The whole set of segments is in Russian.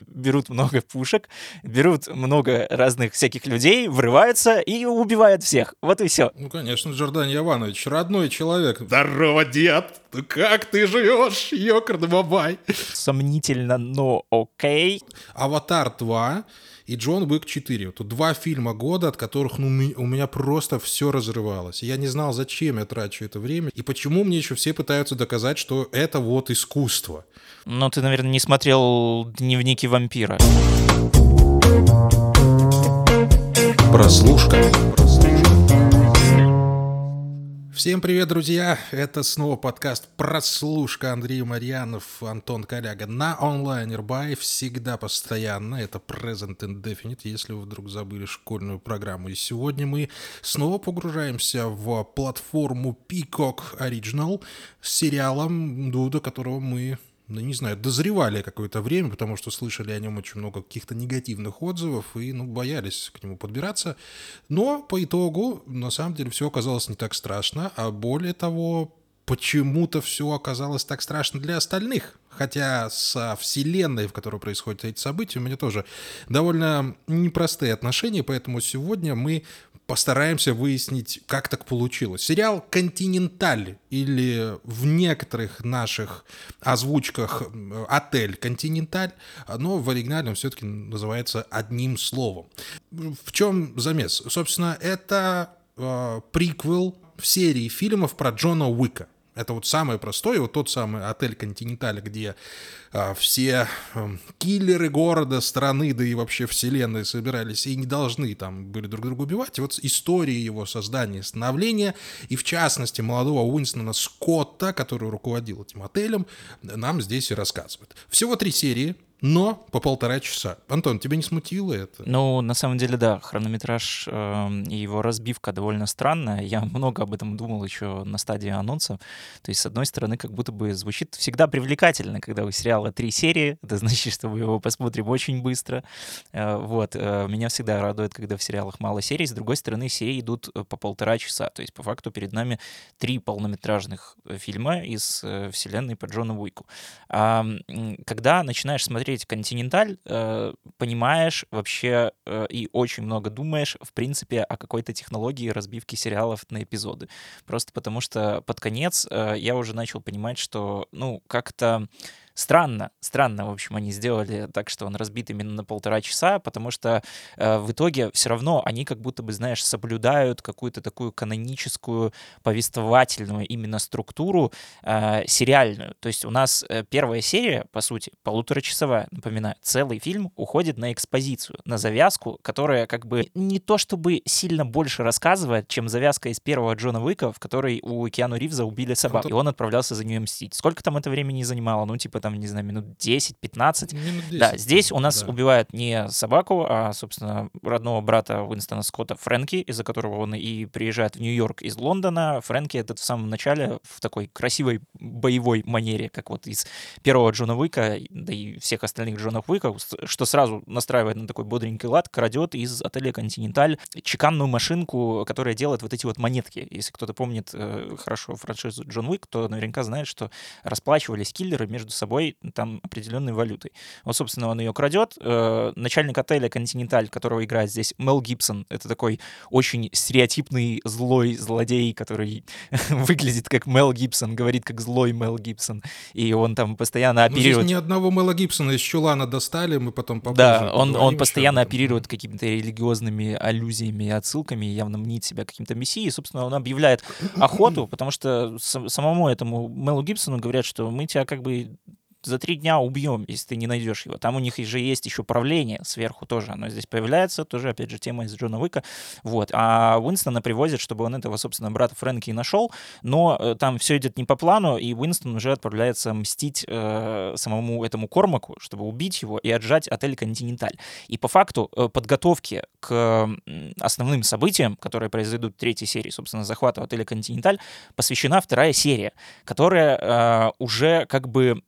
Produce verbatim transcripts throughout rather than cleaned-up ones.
берут много пушек, берут много разных всяких людей, врываются и убивают всех. Вот и все. Ну, конечно, Джордан Иванович, родной человек. Здорово, дед! Как ты живешь, ёкарный бабай? Сомнительно, но окей. «Аватар два» и «Джон Уик четыре». Вот два фильма года, от которых ну, у меня просто все разрывалось. Я не знал, зачем я трачу это время, и почему мне еще все пытаются доказать, что это вот искусство. Ну, ты, наверное, не смотрел «Дневники вампира». Прослушка. Всем привет, друзья! Это снова подкаст «Прослушка». Андрей Марьянов, Антон Коляга на онлайн Ирбай. Всегда постоянно. Это Present Indefinite, если вы вдруг забыли школьную программу. И сегодня мы снова погружаемся в платформу Peacock Original с сериалом, до которого мы... ну, не знаю, дозревали какое-то время, потому что слышали о нем очень много каких-то негативных отзывов и, ну, боялись к нему подбираться. Но по итогу, на самом деле, все оказалось не так страшно, а более того, почему-то все оказалось так страшно для остальных. Хотя со вселенной, в которой происходят эти события, у меня тоже довольно непростые отношения, поэтому сегодня мы постараемся выяснить, как так получилось. Сериал «Континенталь» или в некоторых наших озвучках «Отель Континенталь», но в оригинале он все-таки называется одним словом. В чем замес? Собственно, это э, приквел в серии фильмов про Джона Уика. Это вот самое простое, вот тот самый отель «Континенталь», где а, все а, киллеры города, страны, да и вообще вселенной собирались и не должны там были друг друга убивать. И вот история его создания, становления, и в частности молодого Уинстона Скотта, который руководил этим отелем, нам здесь и рассказывают. Всего три серии, но по полтора часа. Антон, тебя не смутило это? Ну, на самом деле, да, хронометраж э, и его разбивка довольно странная. Я много об этом думал еще на стадии анонса. То есть, с одной стороны, как будто бы звучит всегда привлекательно, когда у сериала три серии. Это значит, что мы его посмотрим очень быстро. Э, вот. Э, меня всегда радует, когда в сериалах мало серий. С другой стороны, серии идут по полтора часа. То есть, по факту, перед нами три полнометражных фильма из э, вселенной по Джону Уику. А, когда начинаешь смотреть «Континенталь», э, понимаешь вообще э, и очень много думаешь, в принципе, о какой-то технологии разбивки сериалов на эпизоды. Просто потому что под конец э, я уже начал понимать, что, ну, как-то Странно, странно, в общем, они сделали так, что он разбит именно на полтора часа, потому что э, в итоге все равно они как будто бы, знаешь, соблюдают какую-то такую каноническую повествовательную именно структуру э, сериальную. То есть у нас э, первая серия, по сути, полуторачасовая, напоминаю, целый фильм уходит на экспозицию, на завязку, которая как бы не то чтобы сильно больше рассказывает, чем завязка из первого Джона Уика, в которой у Киану Ривза убили собаку, и он отправлялся за нее мстить. Сколько там это времени занимало? Ну, типа, там, не знаю, минут десять-пятнадцать. Минут десять. Да, здесь у нас да. убивают не собаку, а, собственно, родного брата Уинстона Скотта Фрэнки, из-за которого он и приезжает в Нью-Йорк из Лондона. Фрэнки этот в самом начале в такой красивой боевой манере, как вот из первого Джона Уика, да и всех остальных Джонов Уика, что сразу настраивает на такой бодренький лад, крадет из отеля «Континенталь» чеканную машинку, которая делает вот эти вот монетки. Если кто-то помнит э, хорошо франшизу Джон Уик, то наверняка знает, что расплачивались киллеры между собой там определенной валютой. Вот, собственно, он ее крадет. Э, начальник отеля «Континенталь», которого играет здесь Мел Гибсон, это такой очень стереотипный злой злодей, который выглядит как Мел Гибсон, говорит как злой Мел Гибсон, и он там постоянно оперирует... Ну, здесь ни одного Мела Гибсона из чулана достали, мы потом попозже Да, он, он поговорим постоянно еще об этом. оперирует какими-то религиозными аллюзиями и отсылками, явно мнит себя каким-то мессией, и, собственно, он объявляет охоту, потому что с- самому этому Мелу Гибсону говорят, что мы тебя как бы за три дня убьем, если ты не найдешь его. Там у них же есть еще правление сверху тоже. Оно здесь появляется. Тоже, опять же, тема из Джона Уика. Вот. А Уинстона привозят, чтобы он этого, собственно, брата Фрэнки и нашел. Но э, там все идет не по плану, и Уинстон уже отправляется мстить э, самому этому Кормаку, чтобы убить его и отжать отель «Континенталь». И по факту э, подготовки к э, основным событиям, которые произойдут в третьей серии, собственно, захвата отеля «Континенталь», посвящена вторая серия, которая э, уже как бы с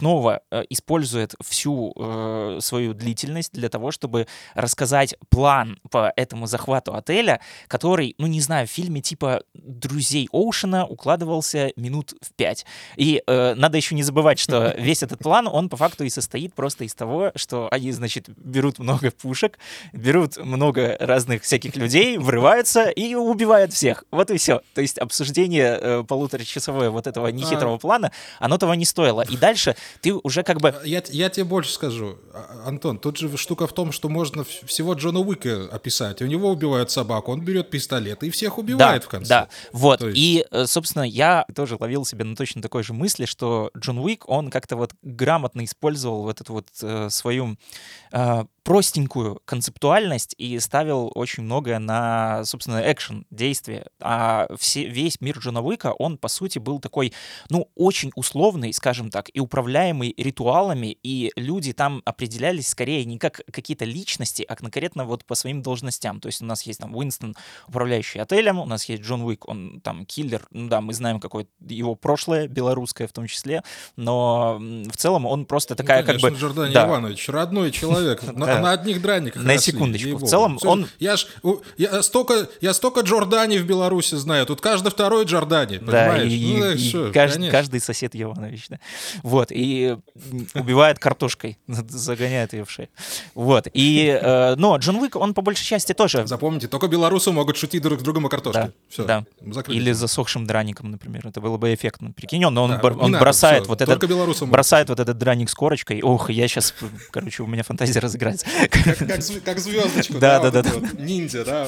снова э, использует всю э, свою длительность для того, чтобы рассказать план по этому захвату отеля, который, ну не знаю, в фильме типа «Друзей Оушена» укладывался минут в пять. И э, надо еще не забывать, что весь этот план, он по факту и состоит просто из того, что они, значит, берут много пушек, берут много разных всяких людей, врываются и убивают всех. Вот и все. То есть обсуждение э, полуторачасовое вот этого нехитрого плана, оно того не стоило. И дальше ты уже как бы... Я, я тебе больше скажу, Антон, тут же штука в том, что можно всего Джона Уика описать. У него убивают собаку, он берет пистолет и всех убивает да, в конце. Да, вот. есть... И, собственно, я тоже ловил себя на точно такой же мысли, что Джон Уик, он как-то вот грамотно использовал вот эту вот э, свою э, простенькую концептуальность и ставил очень многое на, собственно, экшен, действие. А все, весь мир Джона Уика, он, по сути, был такой, ну, очень условный, скажем так, и управляемый ритуалами, и люди там определялись скорее не как какие-то личности, а конкретно вот по своим должностям. То есть у нас есть там Уинстон, управляющий отелем, у нас есть Джон Уик, он там киллер, ну да, мы знаем какое его прошлое, белорусское в том числе, но в целом он просто такая, ну, конечно, как бы... Джордан да. Иванович, родной человек, на, на одних драниках На росли, секундочку, ей-богу. в целом он... Я ж, я столько, я столько Джордани в Беларуси знаю, тут каждый второй Джордани, да, понимаешь? И, ну, и, что, и каждый, каждый сосед Иванович, да. Вот, и убивает картошкой, загоняет ее в шею. Вот, и, э, но Джон Уик, он по большей части тоже... Запомните, только белорусы могут шутить друг с другом о картошке. Да, все, да. закрыли. Или засохшим драником, например, это было бы эффектно. Прикинь, он, он, да, бор, он надо, бросает, все, вот этот, бросает вот этот драник с корочкой. Ох, я сейчас, короче, у меня фантазия разыграется. Как, как, как звездочку, да, да, да, вот да, вот, ниндзя, да.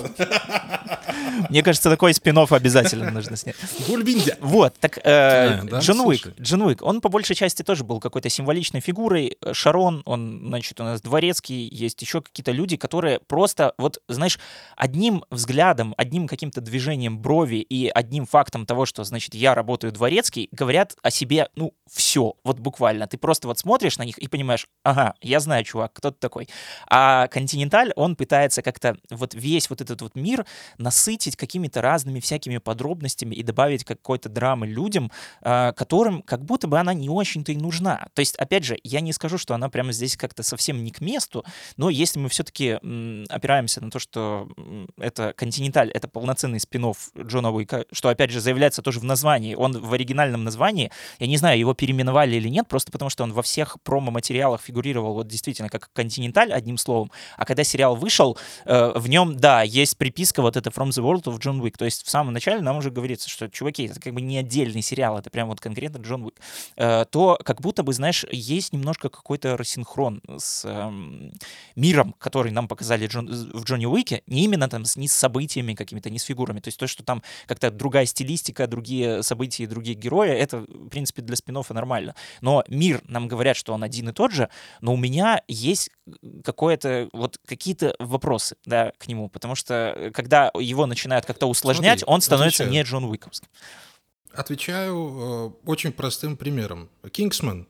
Мне кажется, такой спин-офф обязательно нужно снять. Гульбиндя. Вот, так э, а, да? Джон Уик, Джон Уик, он по большей части тоже был какой-то символичной фигурой. Шарон, он, значит, у нас дворецкий, есть еще какие-то люди, которые просто, вот, знаешь, одним взглядом, одним каким-то движением брови и одним фактом того, что, значит, я работаю дворецкий, говорят о себе, ну, все, вот буквально. Ты просто вот смотришь на них и понимаешь, ага, я знаю, чувак, кто ты такой. А Континенталь, он пытается как-то вот весь вот этот вот мир насытить какими-то разными всякими подробностями и добавить какой-то драмы людям, э, которым как будто бы она не очень-то и нужна. То есть, опять же, я не скажу, что она прямо здесь как-то совсем не к месту, но если мы все-таки м, опираемся на то, что м, это Континенталь, это полноценный спин-офф Джона Уика, что, опять же, заявляется тоже в названии. Он в оригинальном названии, я не знаю, его переименовали или нет, просто потому что он во всех промо-материалах фигурировал вот действительно как Континенталь, одним словом, а когда сериал вышел, э, в нем, да, есть приписка вот это From the World of John Wick, то есть в самом начале нам уже говорится, что, чуваки, это как бы не отдельный сериал, это прям вот конкретно Джон Уик, э, то как будто бы, знаешь, есть немножко какой-то рассинхрон с э, миром, который нам показали Джон, в Джонни Уике, не именно там с, не с событиями какими-то, не с фигурами, то есть то, что там как-то другая стилистика, другие события, другие герои, это, в принципе, для спин-оффа нормально. Но мир, нам говорят, что он один и тот же, но у меня есть какое-то, вот какие-то вопросы, да, к нему, потому что когда его начинают как-то усложнять, Смотри, он становится отвечаю. не Джон Уиковским. Отвечаю э, очень простым примером. «Кингсман»,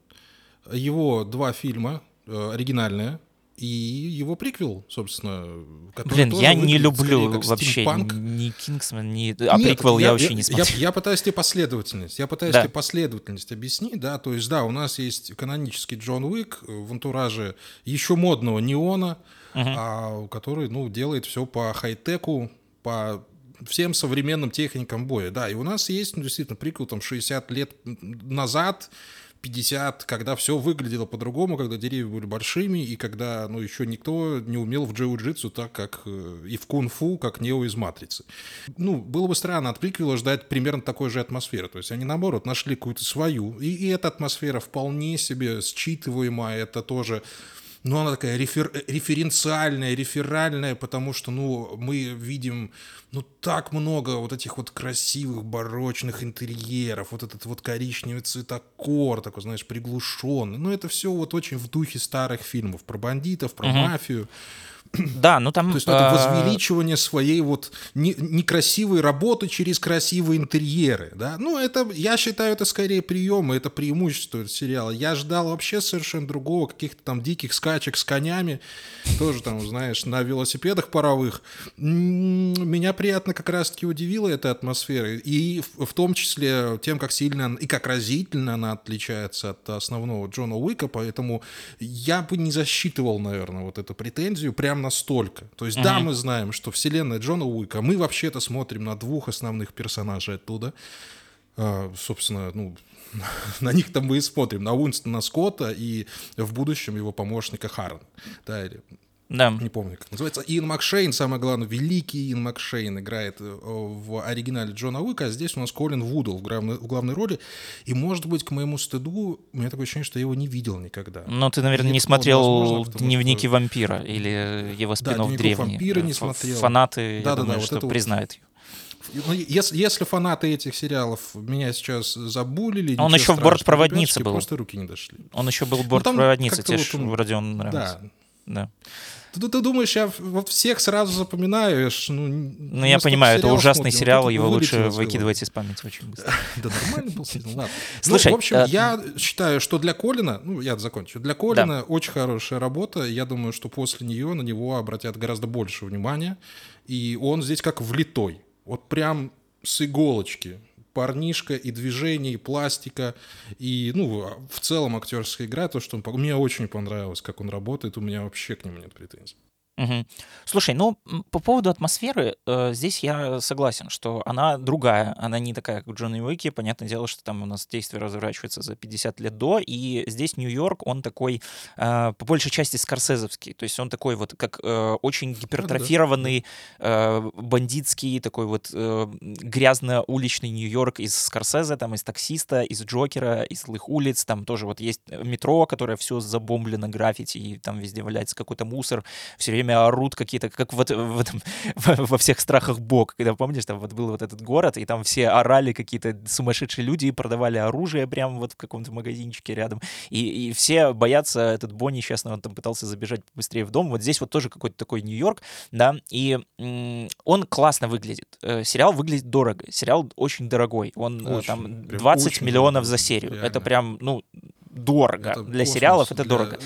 его два фильма э, оригинальные, и его приквел, собственно. Блин, я не люблю вообще ни «Кингсман», ни... А Нет, приквел я, я вообще я, не смотрю. Я, я пытаюсь тебе последовательность, я пытаюсь да. тебе последовательность объяснить, да, то есть, да, у нас есть канонический Джон Уик в антураже еще модного неона, uh-huh. а, который, ну, делает все по хай-теку, по всем современным техникам боя, да, и у нас есть, ну, действительно, приквел там шестьдесят лет назад, пятьдесят, когда все выглядело по-другому, когда деревья были большими, и когда, ну, еще никто не умел в джиу-джитсу так, как и в кунг-фу, как Нео из «Матрицы». Ну, было бы странно от приквела ждать примерно такой же атмосферы. То есть они, наоборот, нашли какую-то свою, и, и эта атмосфера вполне себе считываемая, это тоже... Но она такая рефер, референциальная, реферальная, потому что, ну, мы видим, ну, так много вот этих вот красивых барочных интерьеров, вот этот вот коричневый цветокор, такой, знаешь, приглушенный. Ну, это все вот очень в духе старых фильмов про бандитов, про uh-huh. мафию. Да, ну там... То есть ну, это а, возвеличивание своей вот не- некрасивой работы через красивые интерьеры, да? Ну, это, я считаю, это скорее приемы, это преимущество сериала. Я ждал вообще совершенно другого, каких-то там диких скачек с конями, тоже там, знаешь, на велосипедах паровых. М, Меня приятно как раз-таки удивила эта атмосфера, и в, в том числе тем, как сильно она- и как разительно она отличается от основного Джона Уика, поэтому я бы не засчитывал, наверное, вот эту претензию прям настолько. То есть, да, мгм. мы знаем, что вселенная Джона Уика, мы вообще-то смотрим на двух основных персонажей оттуда. А, собственно, ну, на них-то мы и смотрим, на Уинстона Скотта и в будущем его помощника Харрен. Да, или Да. не помню, как называется. Иэн Макшейн, самое главное, великий Иэн Макшейн играет э, в оригинале Джона Уика, а здесь у нас Колин Вудл в главной, в главной роли. И, может быть, к моему стыду, у меня такое ощущение, что я его не видел никогда. Ну, ты, наверное, И не это вполне возможно, смотрел потому «Дневники что... вампира» или его Да, спин-офф «Дневников «Древние». вампира» не Ф- смотрел. Фанаты, я Да-да-да, думаю, вот что это вот. признают ее. Ну, если, если фанаты этих сериалов меня сейчас забулили, Он ничего еще в страшного, «Бортпроводнице» ребятушки, был. просто руки не дошли. Он еще был Ну, там «Бортпроводницей», как-то тебе вот ж он... вроде он нравился. Да. Да. Ты, ты думаешь, я вот всех сразу запоминаю? Ну, Ну, я понимаю, это ужасный сериал, его лучше выкидывать из памяти очень быстро. Да нормально был сериал, ладно. Слушай, ну, в общем, а- я считаю, что для Колина, ну, я закончу, для Колина очень хорошая работа. Я думаю, что после нее на него обратят гораздо больше внимания. И он здесь как влитой. Вот прям с иголочки. Парнишка, и движение, и пластика, и, ну, в целом актерская игра, то, что он... пог- Мне очень понравилось, как он работает, у меня вообще к нему нет претензий. Мгм. Слушай, ну, м, по поводу атмосферы, э, здесь я согласен, что она другая, она не такая, как в Джонни Уике. Понятное дело, что там у нас действие разворачивается за пятьдесят лет до, и здесь Нью-Йорк, он такой, э, по большей части, скорсезовский. То есть он такой вот, как э, очень Да-да-да. гипертрофированный, э, бандитский, такой вот э, грязно-уличный Нью-Йорк из Скорсезе, там, из «Таксиста», из «Джокера», из «Злых улиц». Там тоже вот есть метро, которое все забомблено граффити, и там везде валяется какой-то мусор, все время орут какие-то, как вот в этом, во всех страхах Бог, когда, помнишь, там вот был вот этот город, и там все орали какие-то сумасшедшие люди и продавали оружие прямо вот в каком-то магазинчике рядом, и, и все боятся, этот Бо несчастный, он там пытался забежать быстрее в дом. Вот здесь вот тоже какой-то такой Нью-Йорк, да, и м, он классно выглядит. Э, Сериал выглядит дорого, сериал очень дорогой, он э, Очень, там прям двадцать очень миллионов дорого за выглядит, серию, реально. это прям, ну, дорого. Это Для космос, сериалов это для- дорого.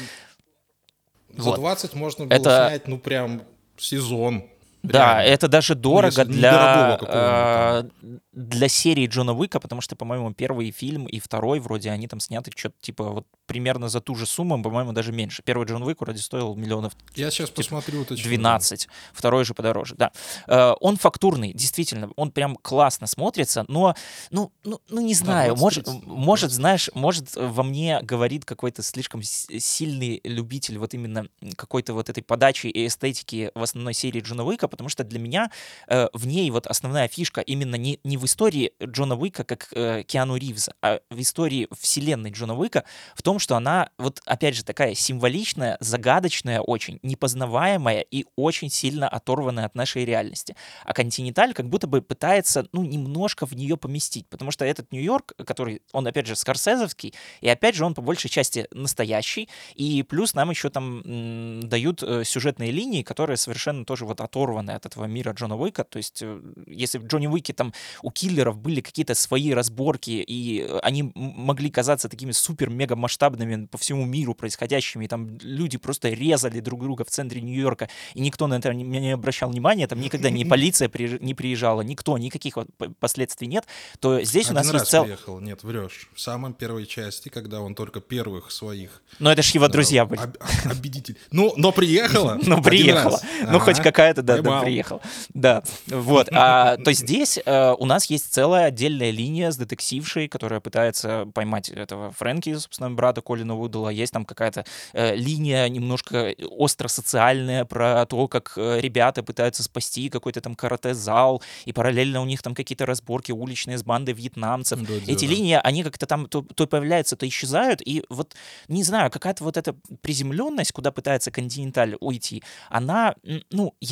За Вот. двадцать можно было Это- снять, ну, прям сезон. Да, Реально. это даже дорого если для, недорогого какого-нибудь э, для серии Джона Уика, потому что, по-моему, первый фильм и второй вроде они там сняты что-то типа вот примерно за ту же сумму, по-моему, даже меньше. Первый Джон Уик вроде стоил миллионов Я сейчас посмотрю, уточню. двенадцать, второй же подороже, да. Э, Он фактурный, действительно, он прям классно смотрится, но, ну, ну, ну не знаю, может, двадцать тридцать, может, двадцать знаешь, может, во мне говорит какой-то слишком с- сильный любитель вот именно какой-то вот этой подачи и эстетики в основной серии Джона Уика, потому что для меня э, в ней вот основная фишка именно не, не в истории Джона Уика, как э, Киану Ривза, а в истории вселенной Джона Уика в том, что она вот, опять же, такая символичная, загадочная очень, непознаваемая и очень сильно оторванная от нашей реальности. А «Континенталь» как будто бы пытается, ну, немножко в нее поместить, потому что этот Нью-Йорк, который, он, опять же, скорсезовский, и, опять же, он по большей части настоящий, и плюс нам еще там м, дают э, сюжетные линии, которые совершенно тоже вот оторваны от этого мира Джона Уика, то есть э, если в Джонни Уике там у киллеров были какие-то свои разборки, и э, они м- могли казаться такими супер-мега масштабными по всему миру происходящими, и там люди просто резали друг друга в центре Нью-Йорка, и никто на это не, не обращал внимания, там никогда ни полиция приезж- не приезжала, никто, никаких вот п- последствий нет, то здесь у Один нас раз есть цел... приехал, нет, врешь. В самой первой части, когда он только первых своих... Но это ж его э, друзья были. об- об- Обидитель. Ну, но приехала. Ну, один приехала. раз. Ну, хоть Ага. какая-то, да, да, Поймал. приехала. Да, вот. А, то есть здесь э, у нас есть целая отдельная линия с детектившей, которая пытается поймать этого Фрэнки, собственно, брата Колина Вудала. Есть там какая-то э, линия немножко остро-социальная про то, как э, ребята пытаются спасти какой-то там карате-зал, и параллельно у них там какие-то разборки уличные с бандой вьетнамцев. Да, Эти да. линии, они как-то там то, то появляются, то исчезают, и вот, не знаю, какая-то вот эта приземленность, куда пытается «Континенталь» уйти, она, м, ну, я не скажу,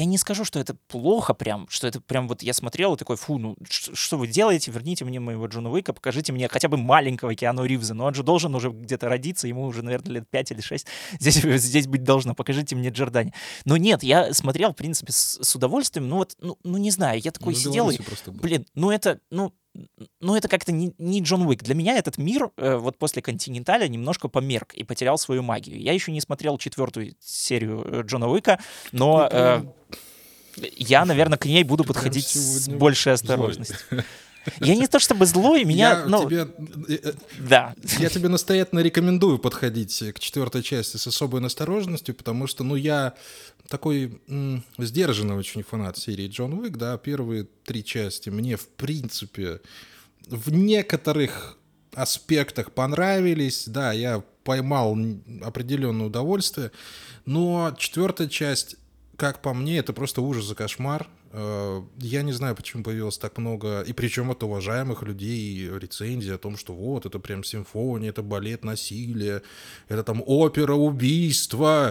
что это плохо прям, что это прям вот я смотрел и такой, фу, ну что вы делаете, верните мне моего Джона Уика, покажите мне хотя бы маленького Киану Ривза, но он же должен уже где-то родиться, ему уже, наверное, лет пять или шесть, здесь, здесь быть должно, покажите мне Джордани. Но нет, я смотрел, в принципе, с, с удовольствием, ну вот, ну, ну не знаю, я такой Ну, сидел и, блин, ну это, ну, ну, это как-то не, не Джон Уик. Для меня этот мир э, вот после «Континенталя» немножко померк и потерял свою магию. Я еще не смотрел четвертую серию э, Джона Уика, но э, я, наверное, к ней буду подходить с большей осторожностью. Я не то чтобы злой, меня... Я, ну, тебе, да. я тебе настоятельно рекомендую подходить к четвертой части с особой осторожностью, потому что, ну, я такой м, сдержанный очень фанат серии Джон Уик, да, первые три части мне, в принципе, в некоторых аспектах понравились, да, я поймал определенное удовольствие, но четвертая часть, как по мне, это просто ужас и кошмар. Я не знаю, почему появилось так много, и причем от уважаемых людей рецензий о том, что вот, это прям симфония, это балет насилия, это там опера убийства.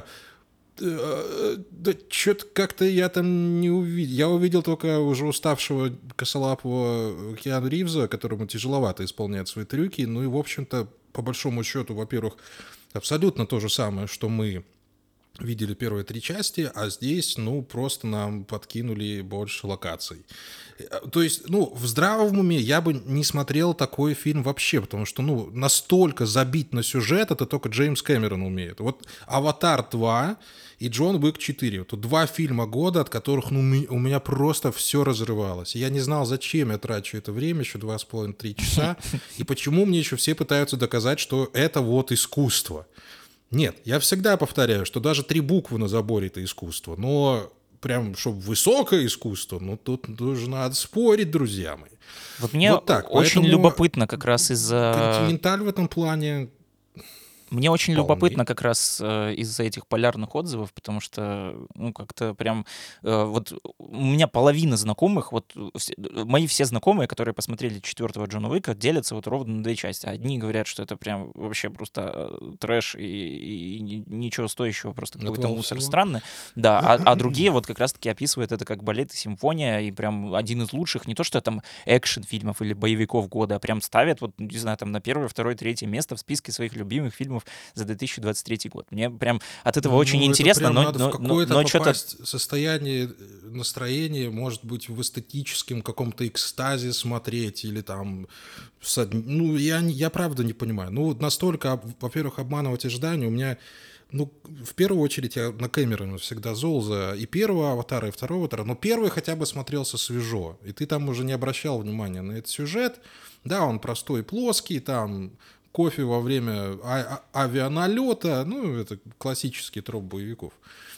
Да что-то как-то я там не увидел. Я увидел только уже уставшего косолапого Киану Ривза, которому тяжеловато исполнять свои трюки. Ну и, в общем-то, по большому счету, во-первых, абсолютно то же самое, что мы видели первые три части, а здесь, ну, просто нам подкинули больше локаций. То есть, ну, в здравом уме я бы не смотрел такой фильм вообще, потому что, ну, настолько забить на сюжет, это только Джеймс Кэмерон умеет. Вот «Аватар два» и «Джон Уик четыре». Вот два фильма года, от которых, ну, у меня просто все разрывалось. Я не знал, зачем я трачу это время, еще два с половиной-три часа, и почему мне еще все пытаются доказать, что это вот искусство. Нет, я всегда повторяю, что даже три буквы на заборе — это искусство, но прям, чтобы высокое искусство, ну, тут тоже надо спорить, друзья мои. Вот мне вот так. Очень поэтому любопытно как раз из-за... «Континенталь» в этом плане... Мне очень Вполне. любопытно как раз э, из-за этих полярных отзывов, потому что, ну, как-то прям... Э, вот у меня половина знакомых, вот все, мои все знакомые, которые посмотрели четвертого Джона Уика, делятся вот ровно на две части. Одни говорят, что это прям вообще просто трэш и, и, и ничего стоящего, просто какой-то мусор странный. Да, а, а другие вот как раз-таки описывают это как балет и симфония, и прям один из лучших, не то что там экшн-фильмов или боевиков года, а прям ставят, вот, не знаю, там на первое, второе, третье место в списке своих любимых фильмов за две тысячи двадцать третий год. Мне прям от этого ну, очень это интересно, но, надо но, в какое-то но, но попасть что-то... состояние, настроение, может быть, в эстетическом каком-то экстазе смотреть или там... Ну, я, я правда не понимаю. Ну, настолько, во-первых, обманывать ожидания у меня... Ну, в первую очередь, я на Кэмерона всегда зол за и первого «Аватара», и второго «Аватара», но первый хотя бы смотрелся свежо, и ты там уже не обращал внимания на этот сюжет. Да, он простой, плоский, там... кофе во время а- а- авианалета, ну, это классический троп боевиков.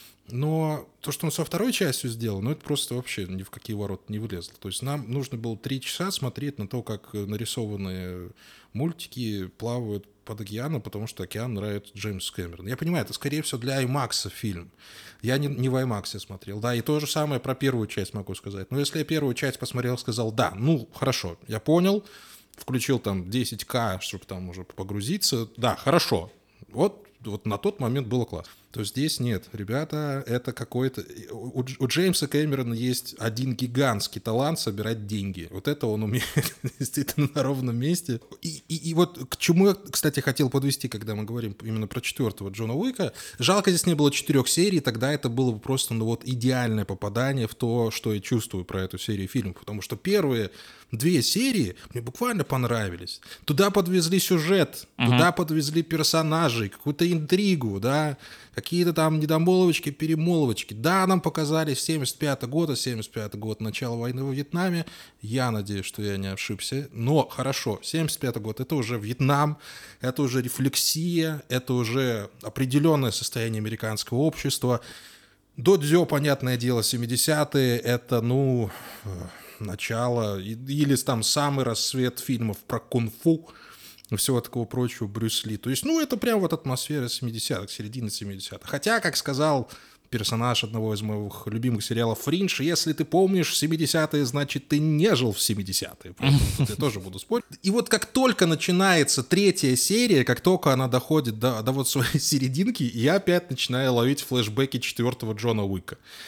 Но то, что он со второй частью сделал, ну, это просто вообще ни в какие ворота не влезло. То есть нам нужно было три часа смотреть на то, как нарисованные мультики плавают под океаном, потому что океан нравится Джеймсу Кэмерону. Я понимаю, это, скорее всего, для IMAX фильм. Я не, не в IMAX смотрел. Да, и то же самое про первую часть могу сказать. Но если я первую часть посмотрел, сказал, да, ну, хорошо, я понял, включил там десять ка, чтобы там уже погрузиться. Да, хорошо. Вот, вот на тот момент было классно. То здесь нет. Ребята, это какой-то... У, у Джеймса Кэмерона есть один гигантский талант собирать деньги. Вот это он умеет действительно на ровном месте. И, и, и вот к чему я, кстати, хотел подвести, когда мы говорим именно про четвертого Джона Уика. Жалко, здесь не было четырех серий, тогда это было бы просто ну, вот идеальное попадание в то, что я чувствую про эту серию фильмов. Потому что первые две серии мне буквально понравились. Туда подвезли сюжет, uh-huh. туда подвезли персонажей, какую-то интригу, да, какие-то там недомолвочки, перемолвочки. Да, нам показали семьдесят пятый год, семьдесят пятый год, начало войны во Вьетнаме. Я надеюсь, что я не ошибся. Но хорошо, семьдесят пятый год, это уже Вьетнам, это уже рефлексия, это уже определенное состояние американского общества. До Дзё, понятное дело, семидесятые, это, ну... начало, или там самый рассвет фильмов про кунг-фу и всего такого прочего, Брюс Ли. То есть, ну, это прям вот атмосфера семидесятых, середины семидесятых. Хотя, как сказал персонаж одного из моих любимых сериалов «Фриндж», если ты помнишь семидесятые, значит, ты не жил в семидесятые. Тут я тоже буду спорить. И вот как только начинается третья серия, как только она доходит до, до вот своей серединки, я опять начинаю ловить флешбеки четвертого Джона Уика.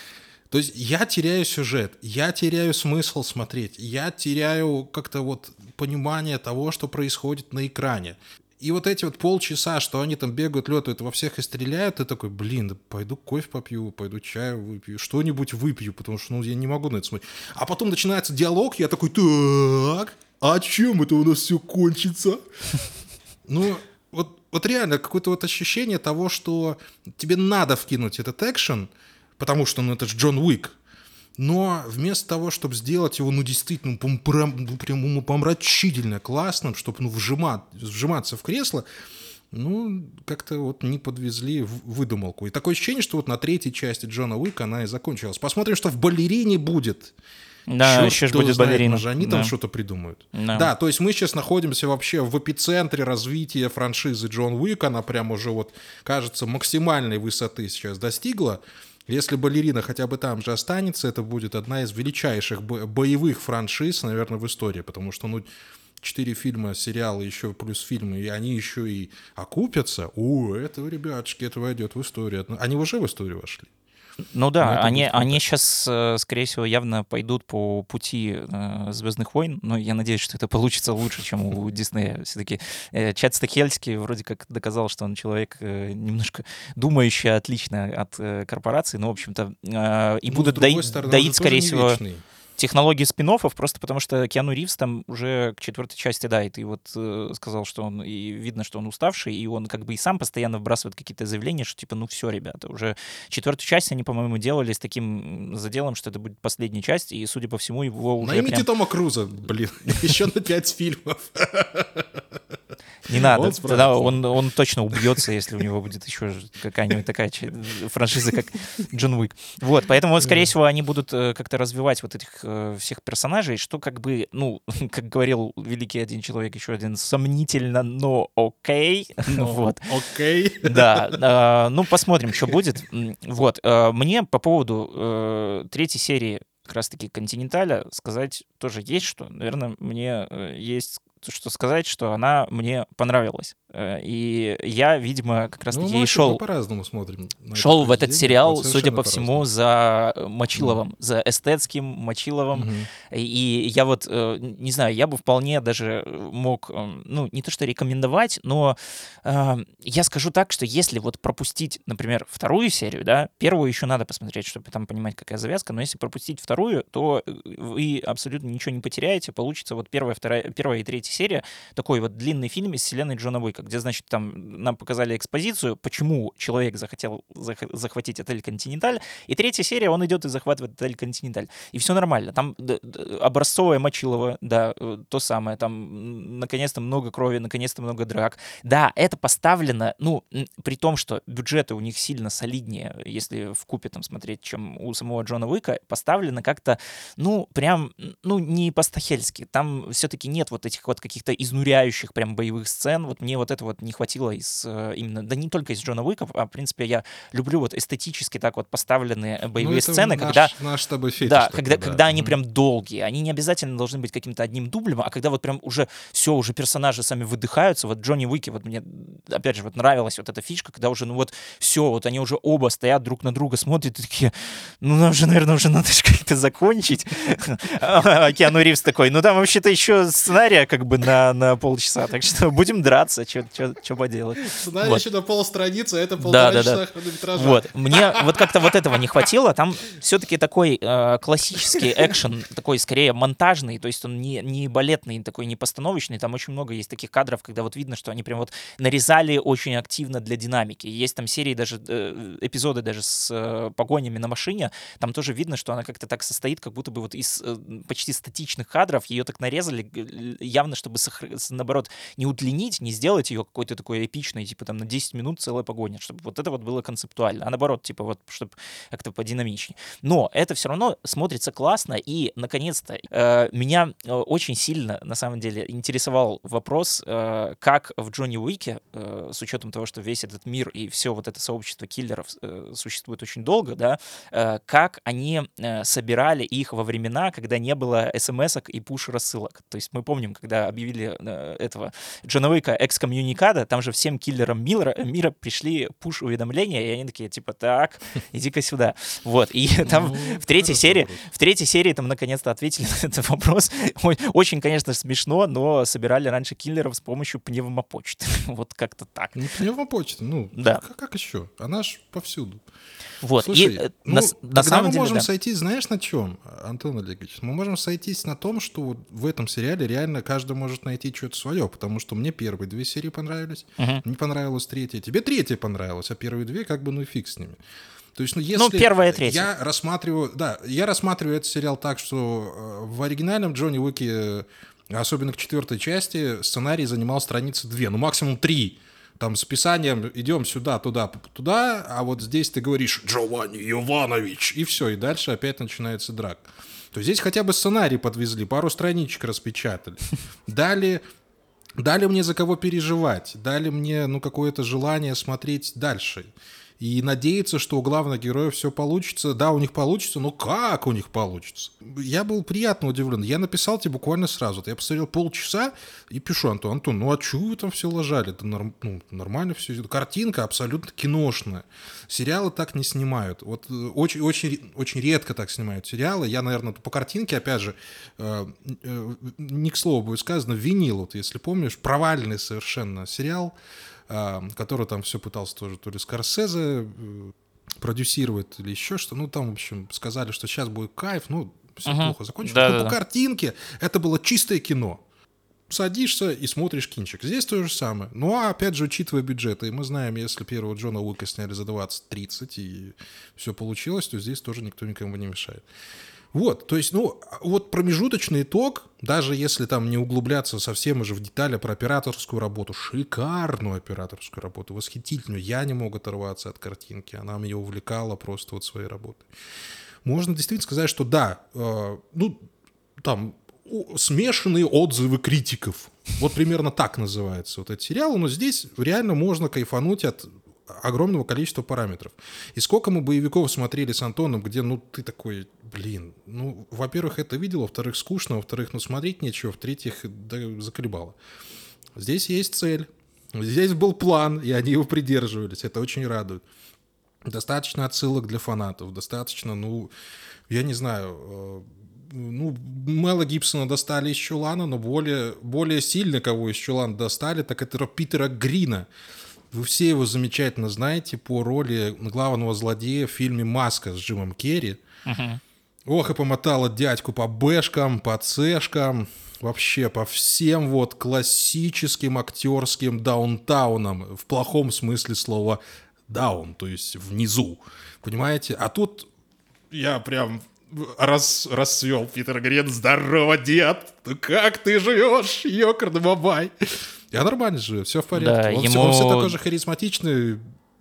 То есть я теряю сюжет, я теряю смысл смотреть, я теряю как-то вот понимание того, что происходит на экране. И вот эти вот полчаса, что они там бегают, летают, во всех и стреляют, ты такой, блин, да пойду кофе попью, пойду чаю выпью, что-нибудь выпью, потому что, ну, я не могу на это смотреть. А потом начинается диалог, я такой, так, а чем это у нас все кончится? Ну, вот, вот реально какое-то вот ощущение того, что тебе надо вкинуть этот экшен, потому что, ну, это же Джон Уик. Но вместо того, чтобы сделать его, ну, действительно, ну, прям, ну, прям ну, помрачительно классным, чтобы, ну, вжимать, вжиматься в кресло, ну, как-то вот не подвезли в выдумалку. И такое ощущение, что вот на третьей части Джона Уика она и закончилась. Посмотрим, что в «Балерине» будет. Да, Черт еще ж его будет знает, «Балерина». может, они Да. там что-то придумают. Да. Да, то есть мы сейчас находимся вообще в эпицентре развития франшизы Джон Уик. Она прям уже вот, кажется, максимальной высоты сейчас достигла. Если «Балерина» хотя бы там же останется, это будет одна из величайших бо- боевых франшиз, наверное, в истории, потому что, ну, четыре фильма, сериалы, еще плюс фильмы, и они еще и окупятся. О, это, ребятушки, это войдет в историю. Они уже в историю вошли. Ну да, Ну, это они, будет круто. они сейчас, скорее всего, явно пойдут по пути э, «Звездных войн», но я надеюсь, что это получится лучше, чем у Диснея. Все-таки э, Чад Стахельский вроде как доказал, что он человек э, немножко думающий отлично от э, корпораций, но, в общем-то, э, и Ну, будут с другой доить, стороны, он доить, же тоже скорее не всего, вечный. технологии спин-оффов, просто потому что Киану Ривз там уже к четвертой части, да, и ты вот э, сказал, что он, и видно, что он уставший, и он как бы и сам постоянно вбрасывает какие-то заявления, что типа, ну все, ребята, уже четвертую часть они, по-моему, делали с таким заделом, что это будет последняя часть, и, судя по всему, его уже Наймите прям... Тома Круза, блин, еще на пять фильмов. Не надо, Он тогда справится. он, он точно убьется, если у него будет еще какая-нибудь такая ча- франшиза, как Джон Уик. Вот, поэтому, вот, скорее всего, они будут э, как-то развивать вот этих э, всех персонажей, что как бы, ну, как говорил великий один человек, еще один, сомнительно, но окей. Вот. Окей. Да, э, ну, посмотрим, что будет. М, Вот, э, мне по поводу э, третьей серии как раз-таки «Континенталя» сказать тоже есть что. Наверное, мне э, есть что сказать, что она мне понравилась. Э, И я, видимо, как Ну, раз-таки мы и вообще мы шел... по-разному смотрим на это Шел в этот произведение, сериал, вот судя совершенно по всему, по-разному. за э, Мочиловым, за эстетским Мочиловым. Мгм. И я вот, э, не знаю, я бы вполне даже мог, э, ну, не то что рекомендовать, но э, я скажу так, что если вот пропустить, например, вторую серию, да, первую еще надо посмотреть, чтобы там понимать, какая завязка, но если пропустить вторую, то э, вы абсолютно ничего не потеряете, получится вот первая, вторая, первая и третья серия, такой вот длинный фильм из вселенной Джона Уика, где, значит, там нам показали экспозицию, почему человек захотел зах- захватить отель «Континенталь», и третья серия, он идет и захватывает отель «Континенталь». И все нормально. Там д- д- образцовая Мочилова, да, э, то самое. Там, м, наконец-то, много крови, наконец-то много драк. Да, это поставлено, ну, м, при том, что бюджеты у них сильно солиднее, если в купе там смотреть, чем у самого Джона Уика, поставлено как-то, ну, прям, м, ну, не по-стахельски. Там все-таки нет вот этих вот каких-то изнуряющих прям боевых сцен. Вот мне вот это вот не хватило из э, именно, да не только из Джона Уика, а, в принципе, я люблю вот эстетически так вот поставленные Ну, боевые это сцены, наш, когда... наш с тобой фетиш Да, такой, когда, да. когда они Мгм. прям долгие. Они не обязательно должны быть каким-то одним дублем, а когда вот прям уже все, уже персонажи сами выдыхаются. Вот Джонни Уики, вот мне, опять же, вот нравилась вот эта фишка, когда уже, ну вот, все, вот они уже оба стоят друг на друга, смотрят и такие, ну нам же, наверное, уже надо же как-то закончить. А Киану Ривз такой, ну там вообще-то еще сценария как бы на, на полчаса, так что будем драться, что поделать. Сценарий Вот. еще на полстраницы, а это Да, полтора да, часа да. хронометража. Вот. Мне вот как-то вот этого не хватило. Там все-таки такой э, классический экшен, такой скорее монтажный, то есть он не, не балетный, такой не постановочный. Там очень много есть таких кадров, когда вот видно, что они прям вот нарезали очень активно для динамики. Есть там серии даже, э, эпизоды даже с э, погонями на машине. Там тоже видно, что она как-то так состоит, как будто бы вот из э, почти статичных кадров ее так нарезали, г- явно, чтобы, сохр- с- наоборот, не удлинить, не сделать ее какой-то такой эпичной, типа там на десять минут целая погоня, чтобы вот это вот было концептуально, а наоборот, типа вот, чтобы как-то подинамичнее. Но это все равно смотрится классно, и, наконец-то, э, меня э, очень сильно, на самом деле, интересовал вопрос, э, как в Джонни Уике, э, с учетом того, что весь этот мир и все вот это сообщество киллеров э, существует очень долго, да, э, как они э, собирали их во времена, когда не было смс-ок и пуш-рассылок. То есть мы помним, когда объявили э, этого Джона Уика экскоммуникацией, Коммуникада, там же всем киллерам мира, мира пришли пуш-уведомления, и они такие, типа, так, иди-ка сюда. Вот, и там Ну, в третьей хорошо, серии, вроде. в третьей серии там наконец-то ответили на этот вопрос. Ой, очень, конечно, смешно, но собирали раньше киллеров с помощью пневмопочты. Вот как-то так. Ну, пневмопочта, ну, Да. как, как еще? Она ж повсюду. Вот, Слушай, и э, ну, на, с- на тогда самом мы деле, можем да. сойтись, знаешь, на чем, Антон Олегович? Мы можем сойтись на том, что вот в этом сериале реально каждый может найти что-то свое, потому что мне первые две серии понравились, Мгм. не понравилась третья, тебе третья понравилась, а первые две как бы ну и фиг с ними. То есть, ну, если Ну, первая и третья. я рассматриваю, да, я рассматриваю этот сериал так, что э, в оригинальном Джонни Уике, э, особенно к четвертой части, сценарий занимал страницы две, ну максимум три. Там с писанием идем сюда, туда, туда, а вот здесь ты говоришь Джованни Иванович, и все, и дальше опять начинается драк. То есть здесь хотя бы сценарий подвезли, пару страничек распечатали. Дали, дали мне за кого переживать, дали мне ну, какое-то желание смотреть дальше. И надеяться, что у главных героев все получится. Да, у них получится, но как у них получится? Я был приятно удивлен. Я написал тебе буквально сразу. Я посмотрел полчаса и пишу, Антон, Антон, ну а чего вы там все ложали? Это норм, ну, нормально все. Картинка абсолютно киношная. Сериалы так не снимают. Вот э, очень, очень, очень редко так снимают сериалы. Я, наверное, по картинке, опять же, э, э, не к слову будет сказано, винил, вот если помнишь, провальный совершенно сериал, который там все пытался тоже то ли Скорсезе э, продюсировать или еще что. Ну, там, в общем, сказали, что сейчас будет кайф, ну, все Мгм. плохо закончилось. Да, Но да, по да. картинке это было чистое кино. Садишься и смотришь кинчик. Здесь то же самое. Ну, а опять же, учитывая бюджеты, и мы знаем, если первого Джона Уика сняли за двадцать-тридцать, и все получилось, то здесь тоже никто никому не мешает. Вот, то есть, ну, вот промежуточный итог, даже если там не углубляться совсем уже в детали про операторскую работу, шикарную операторскую работу, восхитительную, я не мог оторваться от картинки, она меня увлекала просто вот своей работой. Можно действительно сказать, что да, э, ну, там, у- смешанные отзывы критиков, вот примерно так называется вот этот сериал, но здесь реально можно кайфануть от огромного количества параметров. И сколько мы боевиков смотрели с Антоном, где, ну, ты такой, блин, ну, во-первых, это видел, во-вторых, скучно, во-вторых, ну, смотреть нечего, в-третьих, да, заколебало. Здесь есть цель, здесь был план, и они его придерживались, это очень радует. Достаточно отсылок для фанатов, достаточно, ну, я не знаю, э, ну, Мела Гибсона достали из чулана, но более, более сильно кого из чулана достали, так это Питера Грина. Вы все его замечательно знаете по роли главного злодея в фильме «Маска» с Джимом Керри. Мгм. Ох, и помотала дядьку по бэшкам, по цешкам, вообще по всем вот классическим актерским даунтаунам, в плохом смысле слова даун, то есть внизу, понимаете? А тут я прям рас, расцвел Питер Грин. Здорово, дед! Ну как ты живешь, ёкарный бабай? Я нормально живу, все в порядке. Да, он, ему- все, он все такой же харизматичный,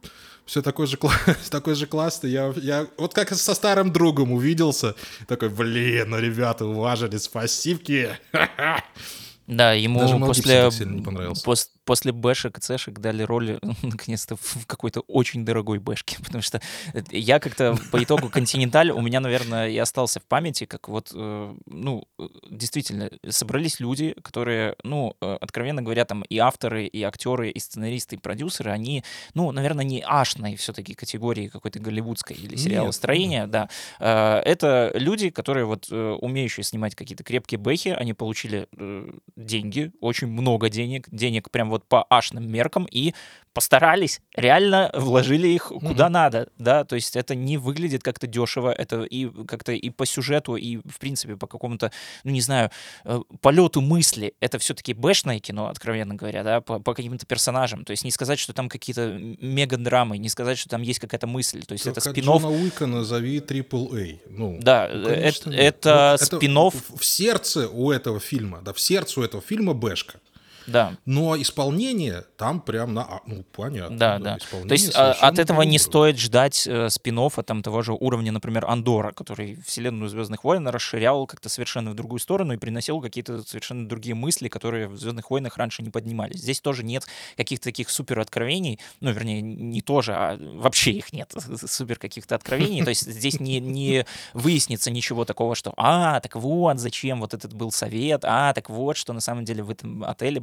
все такой же, кла- такой же классный. Я, я вот как со старым другом увиделся, такой, блин, ну ребята уважили, спасибки. Да, ему Даже Мел Гибсон после, так сильно не понравился. пос- после бэшек и цэшек дали роль, наконец-то, в какой-то очень дорогой бэшке, потому что я как-то по итогу «Континенталь» у меня, наверное, и остался в памяти, как вот, э, ну, э, действительно, собрались люди, которые, ну, э, откровенно говоря, там и авторы, и актеры, и сценаристы, и продюсеры, они, ну, наверное, не ашной все-таки категории какой-то голливудской или сериалостроения, да. Э, Это люди, которые вот э, умеющие снимать какие-то крепкие бэхи, они получили э, деньги, очень много денег, денег прям вот по ашным меркам, и постарались, реально вложили их куда Мгм. надо, да, то есть это не выглядит как-то дешево, это и как-то и по сюжету, и, в принципе, по какому-то, ну, не знаю, э, полету мысли, это все-таки бэшное кино, откровенно говоря, да, по, по каким-то персонажам, то есть не сказать, что там какие-то м- мега-драмы, не сказать, что там есть какая-то мысль, то есть это Только спин-офф. Джона Уика назови трипл эй. Ну, Да, ну, э, конечно, это- нет. это Ну, спин-офф. в, в сердце у этого фильма, да, в сердце у этого фильма бэшка. Да. Но исполнение там прям на... а, Ну, понятно. Да, да. То Исполнение есть а, от совершенно этого не другое. стоит ждать э, спин-оффа там того же уровня, например, Андора, который вселенную «Звездных войн» расширял как-то совершенно в другую сторону и приносил какие-то совершенно другие мысли, которые в «Звездных войнах» раньше не поднимались. Здесь тоже нет каких-то таких супер откровений, ну, вернее, не тоже, а вообще их нет, супер каких-то откровений. То есть здесь не, не выяснится ничего такого, что «а, так вот, зачем вот этот был совет, а, так вот, что на самом деле в этом отеле было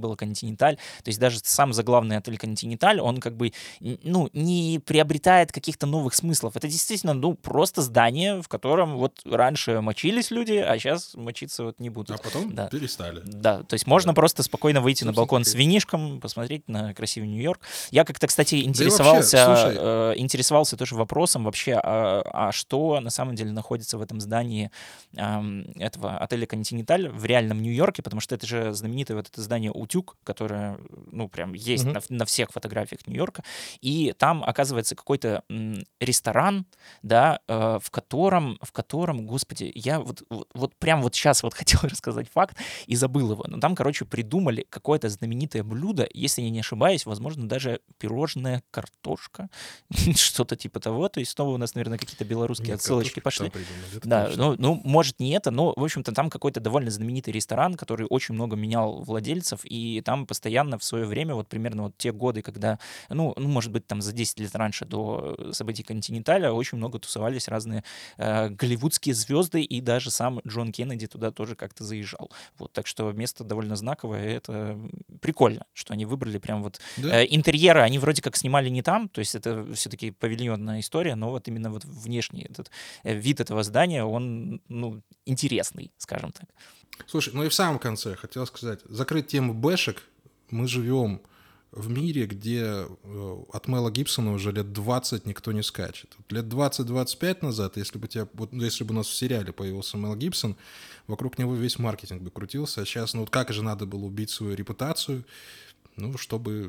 было «Континенталь». То есть даже сам заглавный отель «Континенталь», он как бы, ну, не приобретает каких-то новых смыслов. Это действительно, ну, просто здание, в котором вот раньше мочились люди, а сейчас мочиться вот не будут. А потом да. перестали. Да, то есть можно Да. просто спокойно выйти Собственно, на балкон так и с винишком, посмотреть на красивый Нью-Йорк. Я как-то, кстати, Да и вообще, интересовался, слушай, э, интересовался тоже вопросом вообще, а, а что на самом деле находится в этом здании ам, этого отеля «Континенталь» в реальном Нью-Йорке, потому что это же знаменитое вот это здание «Утюг», которое, ну, прям есть мгм. на, на всех фотографиях Нью-Йорка, и там оказывается какой-то м, ресторан, да, э, в котором, в котором, господи, я вот, вот, вот прям вот сейчас вот хотел рассказать факт и забыл его, но там, короче, придумали какое-то знаменитое блюдо, если я не ошибаюсь, возможно, даже пирожная картошка, что-то типа того, то есть снова у нас, наверное, какие-то белорусские Нет, отсылочки картошку пошли. там придумали, это Да, точно. ну, ну, может, не это, но, в общем-то, там какой-то довольно знаменитый ресторан, который очень много менял владельцев, и там постоянно в свое время, вот примерно вот те годы, когда, ну, ну может быть, там за десять лет раньше до событий «Континенталя», очень много тусовались разные э, голливудские звезды, и даже сам Джон Кеннеди туда тоже как-то заезжал. Вот, так что место довольно знаковое, и это прикольно, что они выбрали прям вот Да? э, интерьеры, они вроде как снимали не там, то есть это все-таки павильонная история, но вот именно вот внешний этот э, вид этого здания, он, ну, интересный, скажем так. Слушай, ну и в самом конце хотел сказать, закрыть тему бэшек. Мы живем в мире, где э, от Мела Гибсона уже лет двадцать никто не скачет. Вот лет двадцать-двадцать пять назад, если бы, тебя, вот, если бы у нас в сериале появился Мел Гибсон, вокруг него весь маркетинг бы крутился. А сейчас, ну вот как же надо было убить свою репутацию, ну, чтобы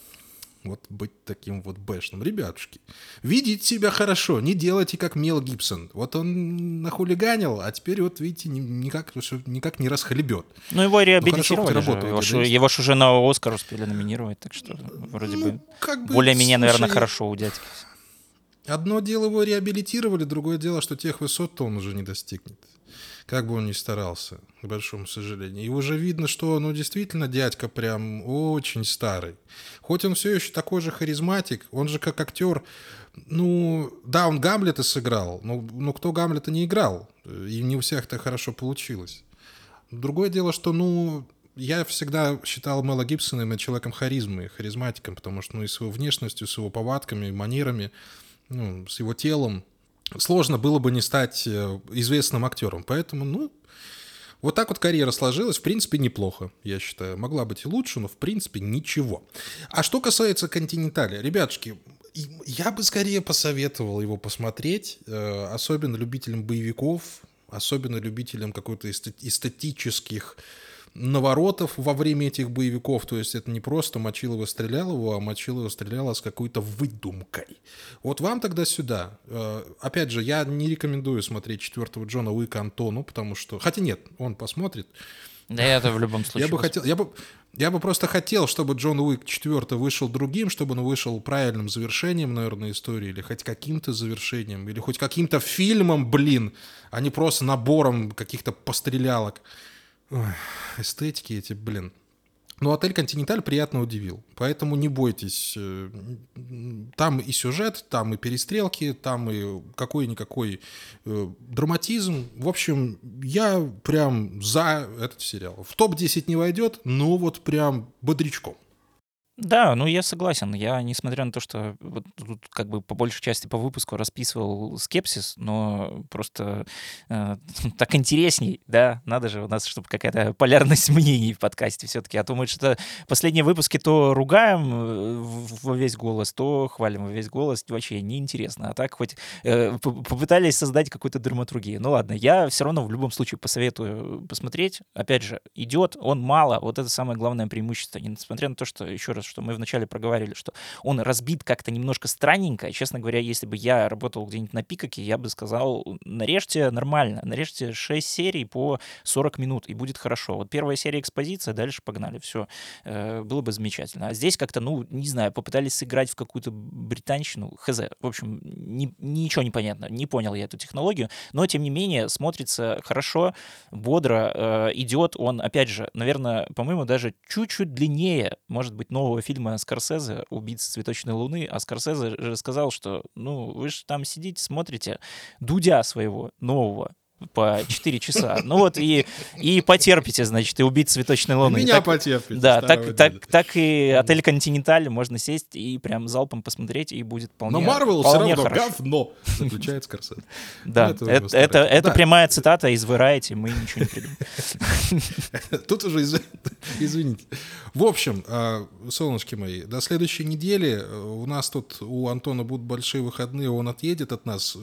вот быть таким вот бэшным. Ребятушки, видите себя хорошо, не делайте как Мел Гибсон. Вот он нахулиганил, а теперь вот, видите, ни- никак, никак не расхлебет. Ну, его Ну, хорошо, хоть реабилитировали же, работа у его, деда ж- есть. его ж уже на Оскар успели номинировать, так что вроде бы Ну, как бы, более-менее, наверное, слушай, хорошо у дядьки. одно дело его реабилитировали, другое дело, что тех высот-то он уже не достигнет. Как бы он ни старался, к большому сожалению. И уже видно, что, ну, действительно, дядька прям очень старый. Хоть он все еще такой же харизматик, он же как актер, ну, да, он Гамлета сыграл, но, но кто Гамлета не играл? И не у всех это хорошо получилось. Другое дело, что, ну, я всегда считал Мела Гибсона именно человеком харизмы, харизматиком, потому что, ну, и с его внешностью, с его повадками, манерами, ну, с его телом сложно было бы не стать э, известным актером. Поэтому, ну, вот так вот карьера сложилась. В принципе, неплохо, я считаю. Могла быть и лучше, но в принципе ничего. А что касается «Континенталя», ребятушки, и я бы скорее посоветовал его посмотреть, э, особенно любителям боевиков, особенно любителям какой-то эстет- эстетических наворотов во время этих боевиков. То есть это не просто Мочилова стрелял его, а Мочилова стреляла с какой-то выдумкой. Вот вам тогда сюда. Э, Опять же, я не рекомендую смотреть четвертого Джона Уика Антону, потому что... Хотя нет, он посмотрит. Да, я это в любом Я случае. бы пос- хотел... Я бы... Я бы просто хотел, чтобы Джон Уик четыре вышел другим, чтобы он вышел правильным завершением, наверное, истории, или хоть каким-то завершением, или хоть каким-то фильмом, блин, а не просто набором каких-то пострелялок. Ой, эстетики эти, блин. Но отель «Континенталь» приятно удивил. Поэтому не бойтесь. э, Там и сюжет, там и перестрелки, там и какой-никакой э, драматизм. В общем, я прям за этот сериал. В топ десять не войдет, но вот прям бодрячком. Да, ну я согласен. Я, несмотря на то, что вот тут как бы по большей части по выпуску расписывал скепсис, но просто э, так интересней, да, надо же у нас, чтобы какая-то полярность мнений в подкасте все-таки. А то мы что-то последние выпуски то ругаем э, в- во весь голос, то хвалим во весь голос. Вообще неинтересно. А так хоть э, п- попытались создать какую-то драматургию. Ну ладно, я все равно в любом случае посоветую посмотреть. Опять же, идет, он мало. Вот это самое главное преимущество. Несмотря на то, что, еще раз, что мы вначале проговаривали, что он разбит как-то немножко странненько. И, честно говоря, если бы я работал где-нибудь на Пикаке, я бы сказал, нарежьте нормально, нарежьте шесть серий по сорок минут, и будет хорошо. Вот первая серия экспозиция, дальше погнали, все. Было бы замечательно. А здесь как-то, ну, не знаю, попытались сыграть в какую-то британщину, хз. В общем, ни- ничего не понятно, не понял я эту технологию, но, тем не менее, смотрится хорошо, бодро, э, идет он, опять же, наверное, по-моему, даже чуть-чуть длиннее, может быть, нового фильма Скорсезе «Убийца цветочной луны», а Скорсезе же сказал, что, ну, вы же там сидите, смотрите Дудя своего нового, по четыре часа. Ну вот и, и потерпите, значит, и «Убить цветочной луны». Меня так, потерпите. Да, так, так, так и «Отель Континенталь» можно сесть и прям залпом посмотреть, и будет вполне Но Марвел все равно хорошо. говно, заключает Скорсезе. Да, это, это, это, это да. прямая цитата из Variety, мы ничего не придумали. Тут уже, извините. В общем, солнышки мои, до следующей недели у нас тут, у Антона будут большие выходные, он отъедет от нас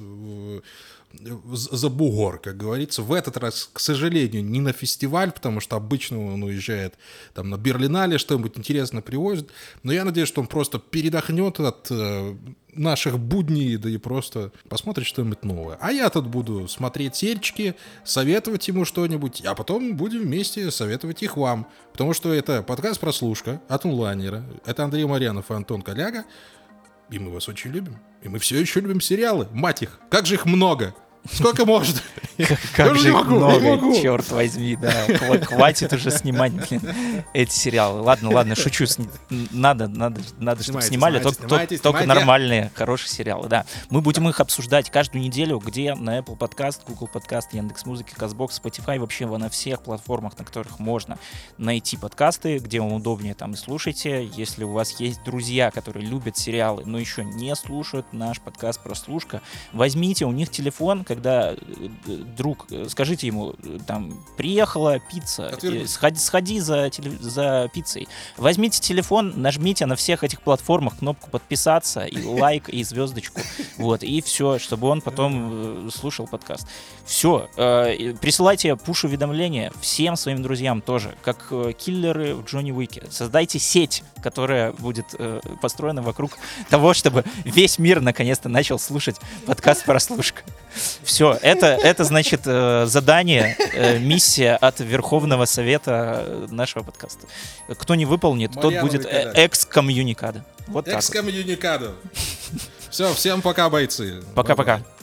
за бугор, как говорится. В этот раз, к сожалению, не на фестиваль, потому что обычно он уезжает там на Берлинале, что-нибудь интересное привозит. Но я надеюсь, что он просто передохнет от э, наших будней, да и просто посмотрит что-нибудь новое. А я тут буду смотреть серчики, советовать ему что-нибудь, а потом будем вместе советовать их вам. Потому что это подкаст «Прослушка» от онлайнера. Это Андрей Марьянов и Антон Коляга. И мы вас очень любим. И мы все еще любим сериалы. Мать их, как же их много! Сколько можно? Как же их много, черт возьми, да. Хватит уже снимать, блин, эти сериалы. Ладно, ладно, шучу. Надо, надо, надо, чтобы снимали только нормальные, хорошие сериалы, да. Мы будем их обсуждать каждую неделю, где на Apple Podcast, Google Podcast, Яндекс.Музыки, Castbox, Spotify, вообще на всех платформах, на которых можно найти подкасты, где вам удобнее, там и слушайте. Если у вас есть друзья, которые любят сериалы, но еще не слушают наш подкаст «Прослушка», возьмите у них телефон, когда друг, скажите ему, там, приехала пицца, сходи, сходи за, за пиццей. Возьмите телефон, нажмите на всех этих платформах кнопку подписаться, и лайк, и звездочку, вот, и все, чтобы он потом слушал подкаст. Все, э, присылайте пуш-уведомления всем своим друзьям тоже, как киллеры в Джонни Уике. Создайте сеть, которая будет э, построена вокруг того, чтобы весь мир наконец-то начал слушать подкаст «Прослушка». Все, это, это значит э, задание, э, миссия от Верховного Совета нашего подкаста. Кто не выполнит, Марьянов тот будет э, экскоммуникадо. Вот экскоммуникадо. Вот. Все, всем пока, бойцы. Пока-пока.